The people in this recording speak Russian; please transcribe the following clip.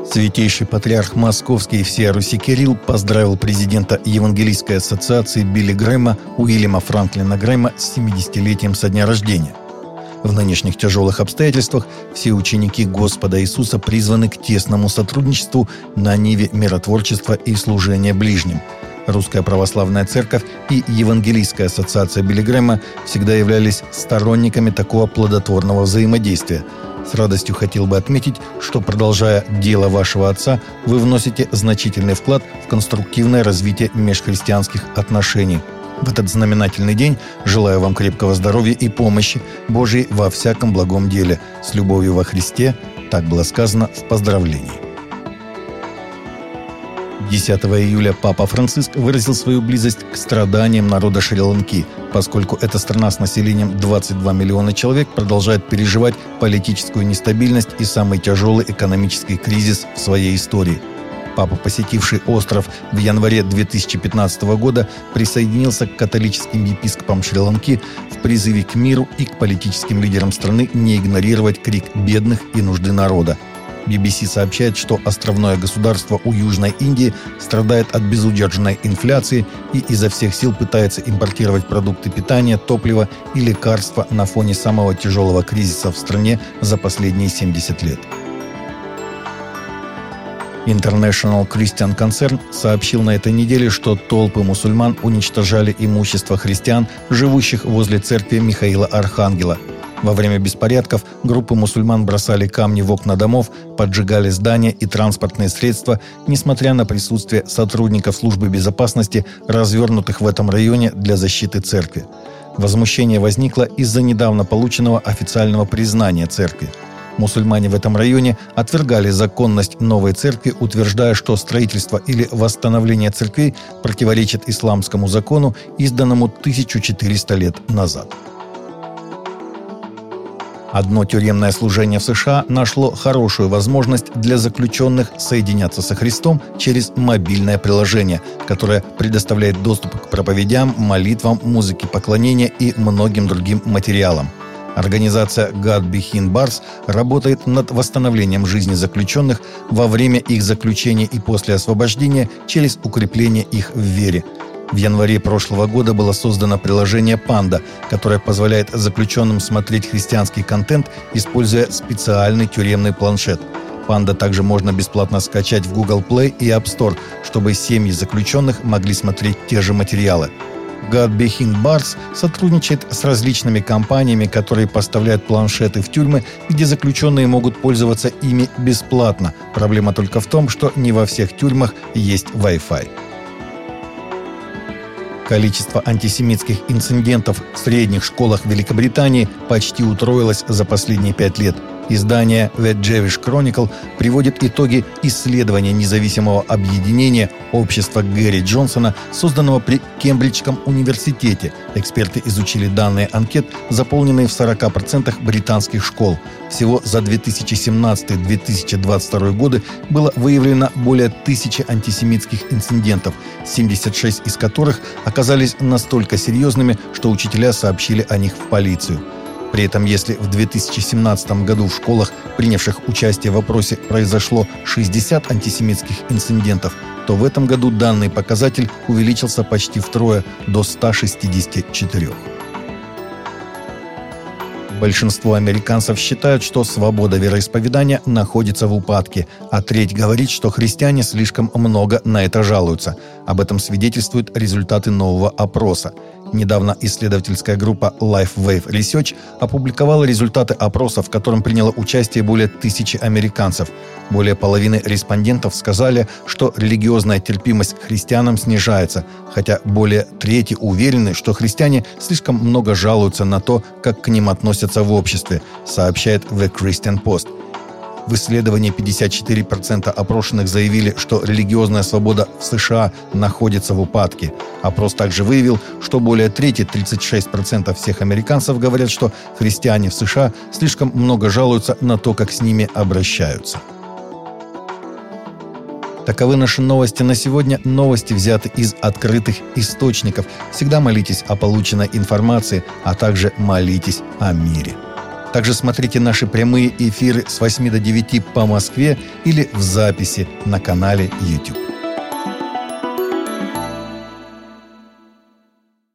Святейший патриарх Московский и всея Руси Кирилл поздравил президента Евангелийской ассоциации Билли Грэма Уильяма Франклина Грэма с 70-летием со дня рождения. В нынешних тяжелых обстоятельствах все ученики Господа Иисуса призваны к тесному сотрудничеству на ниве миротворчества и служения ближним. Русская православная церковь и Евангелийская ассоциация Билли Грэма всегда являлись сторонниками такого плодотворного взаимодействия. С радостью хотел бы отметить, что, продолжая дело вашего отца, вы вносите значительный вклад в конструктивное развитие межхристианских отношений. В этот знаменательный день желаю вам крепкого здоровья и помощи Божией во всяком благом деле. С любовью во Христе, так было сказано в поздравлении. 10 июля Папа Франциск выразил свою близость к страданиям народа Шри-Ланки, поскольку эта страна с населением 22 миллиона человек продолжает переживать политическую нестабильность и самый тяжелый экономический кризис в своей истории. Папа, посетивший остров в январе 2015 года, присоединился к католическим епископам Шри-Ланки в призыве к миру и к политическим лидерам страны не игнорировать крик бедных и нужды народа. BBC сообщает, что островное государство у Южной Индии страдает от безудержной инфляции и изо всех сил пытается импортировать продукты питания, топливо и лекарства на фоне самого тяжелого кризиса в стране за последние 70 лет. International Christian Concern сообщил на этой неделе, что толпы мусульман уничтожали имущество христиан, живущих возле церкви Михаила Архангела. Во время беспорядков группы мусульман бросали камни в окна домов, поджигали здания и транспортные средства, несмотря на присутствие сотрудников службы безопасности, развернутых в этом районе для защиты церкви. Возмущение возникло из-за недавно полученного официального признания церкви. Мусульмане в этом районе отвергали законность новой церкви, утверждая, что строительство или восстановление церквей противоречит исламскому закону, изданному 1400 лет назад. Одно тюремное служение в США нашло хорошую возможность для заключенных соединяться со Христом через мобильное приложение, которое предоставляет доступ к проповедям, молитвам, музыке поклонения и многим другим материалам. Организация God Behind Bars работает над восстановлением жизни заключенных во время их заключения и после освобождения через укрепление их в вере. В январе прошлого года было создано приложение «Панда», которое позволяет заключенным смотреть христианский контент, используя специальный тюремный планшет. «Панда» также можно бесплатно скачать в Google Play и App Store, чтобы семьи заключенных могли смотреть те же материалы. God Behind Bars сотрудничает с различными компаниями, которые поставляют планшеты в тюрьмы, где заключенные могут пользоваться ими бесплатно. Проблема только в том, что не во всех тюрьмах есть Wi-Fi. Количество антисемитских инцидентов в средних школах Великобритании почти утроилось за последние 5 лет. Издание The Jewish Chronicle приводит итоги исследования независимого объединения общества Гэри Джонсона, созданного при Кембриджском университете. Эксперты изучили данные анкет, заполненные в 40% британских школ. Всего за 2017-2022 годы было выявлено более 1000 антисемитских инцидентов, 76 из которых оказались настолько серьезными, что учителя сообщили о них в полицию. При этом, если в 2017 году в школах, принявших участие в опросе, произошло 60 антисемитских инцидентов, то в этом году данный показатель увеличился почти втрое, до 164. Большинство американцев считают, что свобода вероисповедания находится в упадке, а треть говорит, что христиане слишком много на это жалуются. Об этом свидетельствуют результаты нового опроса. Недавно исследовательская группа LifeWave Research опубликовала результаты опроса, в котором приняло участие более 1000 американцев. Более половины респондентов сказали, что религиозная терпимость к христианам снижается, хотя более трети уверены, что христиане слишком много жалуются на то, как к ним относятся в обществе, сообщает The Christian Post. В исследовании 54% опрошенных заявили, что религиозная свобода в США находится в упадке. Опрос также выявил, что более трети, 36% всех американцев говорят, что христиане в США слишком много жалуются на то, как с ними обращаются. Таковы наши новости на сегодня. Новости взяты из открытых источников. Всегда молитесь о полученной информации, а также молитесь о мире. Также смотрите наши прямые эфиры с 8 до 9 по Москве или в записи на канале YouTube.